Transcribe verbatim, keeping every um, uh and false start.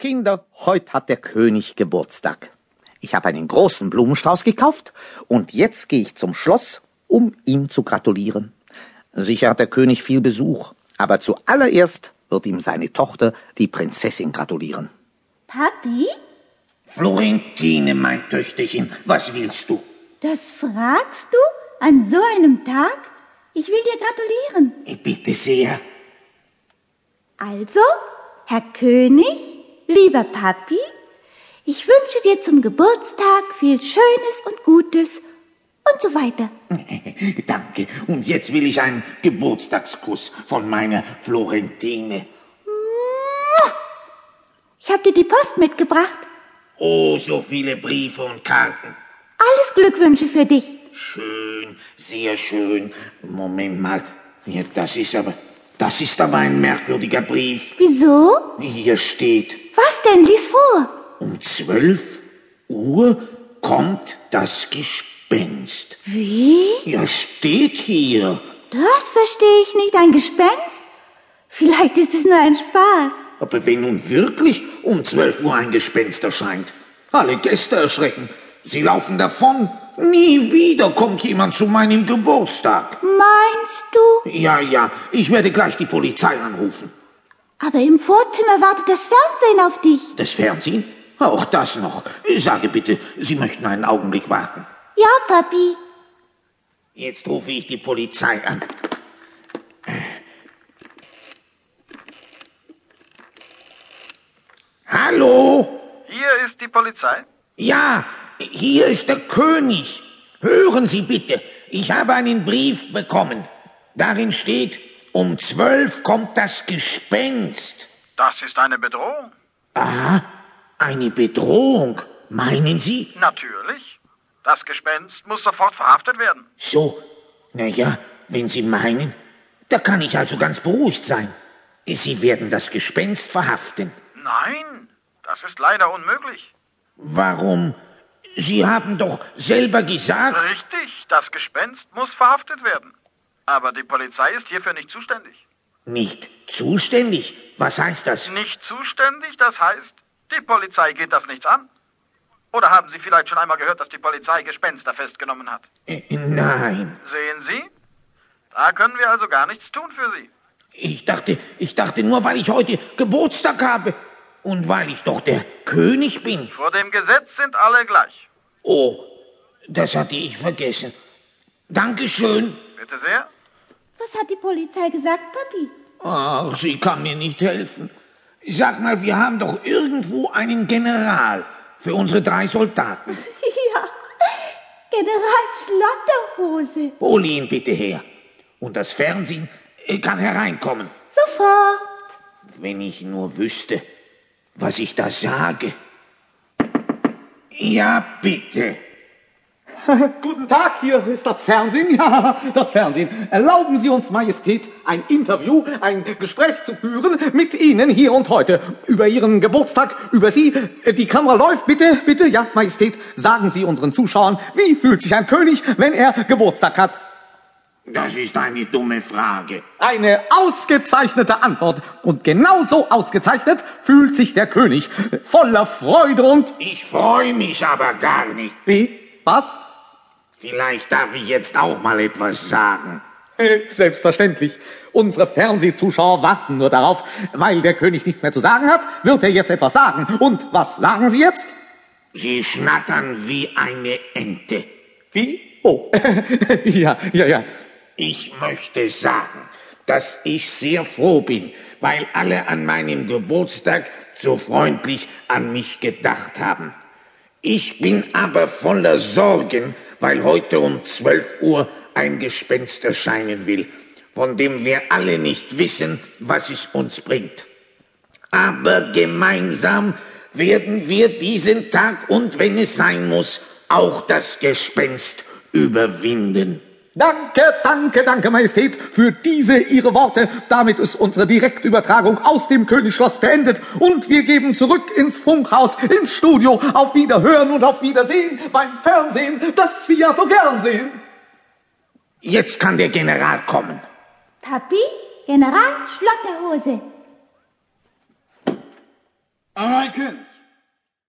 Kinder, heute hat der König Geburtstag. Ich habe einen großen Blumenstrauß gekauft und jetzt gehe ich zum Schloss, um ihm zu gratulieren. Sicher hat der König viel Besuch, aber zuallererst wird ihm seine Tochter, die Prinzessin, gratulieren. Papi? Florentine, mein Töchterchen, was willst du? Das fragst du an so einem Tag? Ich will dir gratulieren. Ich bitte sehr. Also, Herr König, lieber Papi, ich wünsche dir zum Geburtstag viel Schönes und Gutes und so weiter. Danke. Und jetzt will ich einen Geburtstagskuss von meiner Florentine. Ich habe dir die Post mitgebracht. Oh, so viele Briefe und Karten. Alles Glückwünsche für dich. Schön, sehr schön. Moment mal. Ja, das ist aber, das ist aber ein merkwürdiger Brief. Wieso? Hier steht: Was denn? Lies vor. Um zwölf Uhr kommt das Gespenst. Wie? Ja, steht hier. Das verstehe ich nicht. Ein Gespenst? Vielleicht ist es nur ein Spaß. Aber wenn nun wirklich um zwölf Uhr ein Gespenst erscheint, alle Gäste erschrecken, sie laufen davon. Nie wieder kommt jemand zu meinem Geburtstag. Meinst du? Ja, ja, ich werde gleich die Polizei anrufen. Aber im Vorzimmer wartet das Fernsehen auf dich. Das Fernsehen? Auch das noch. Sage bitte, Sie möchten einen Augenblick warten. Ja, Papi. Jetzt rufe ich die Polizei an. Hallo? Hier ist die Polizei. Ja, hier ist der König. Hören Sie bitte, ich habe einen Brief bekommen. Darin steht, um zwölf kommt das Gespenst. Das ist eine Bedrohung. Aha, eine Bedrohung, meinen Sie? Natürlich. Das Gespenst muss sofort verhaftet werden. So, naja, wenn Sie meinen, da kann ich also ganz beruhigt sein. Sie werden das Gespenst verhaften. Nein, das ist leider unmöglich. Warum? Sie haben doch selber gesagt... Richtig, das Gespenst muss verhaftet werden. Aber die Polizei ist hierfür nicht zuständig. Nicht zuständig? Was heißt das? Nicht zuständig, das heißt, die Polizei geht das nichts an. Oder haben Sie vielleicht schon einmal gehört, dass die Polizei Gespenster festgenommen hat? Äh, nein. Sehen Sie? Da können wir also gar nichts tun für Sie. Ich dachte, ich dachte nur, weil ich heute Geburtstag habe und weil ich doch der König bin. Vor dem Gesetz sind alle gleich. Oh, das hatte ich vergessen. Dankeschön. Bitte sehr. Was hat die Polizei gesagt, Papi? Ach, sie kann mir nicht helfen. Sag mal, wir haben doch irgendwo einen General für unsere drei Soldaten. Ja, General Schlotterhose. Hol ihn bitte her. Und das Fernsehen kann hereinkommen. Sofort. Wenn ich nur wüsste, was ich da sage. Ja, bitte. Guten Tag, hier ist das Fernsehen. Ja, das Fernsehen. Erlauben Sie uns, Majestät, ein Interview, ein Gespräch zu führen mit Ihnen hier und heute über Ihren Geburtstag, über Sie. Die Kamera läuft. Bitte, bitte, ja, Majestät, sagen Sie unseren Zuschauern, wie fühlt sich ein König, wenn er Geburtstag hat? Das ist eine dumme Frage. Eine ausgezeichnete Antwort. Und genauso ausgezeichnet fühlt sich der König. Voller Freude und... Ich freue mich aber gar nicht. Wie? Was? Vielleicht darf ich jetzt auch mal etwas sagen. Selbstverständlich. Unsere Fernsehzuschauer warten nur darauf. Weil der König nichts mehr zu sagen hat, wird er jetzt etwas sagen. Und was sagen Sie jetzt? Sie schnattern wie eine Ente. Wie? Oh, ja, ja, ja. Ich möchte sagen, dass ich sehr froh bin, weil alle an meinem Geburtstag so freundlich an mich gedacht haben. Ich bin aber voller Sorgen, weil heute um zwölf Uhr ein Gespenst erscheinen will, von dem wir alle nicht wissen, was es uns bringt. Aber gemeinsam werden wir diesen Tag und, wenn es sein muss, auch das Gespenst überwinden. Danke, danke, danke, Majestät, für diese Ihre Worte. Damit ist unsere Direktübertragung aus dem Königsschloss beendet und wir geben zurück ins Funkhaus, ins Studio. Auf Wiederhören und auf Wiedersehen beim Fernsehen, das Sie ja so gern sehen. Jetzt kann der General kommen. Papi, General Schlotterhose. Ameiken!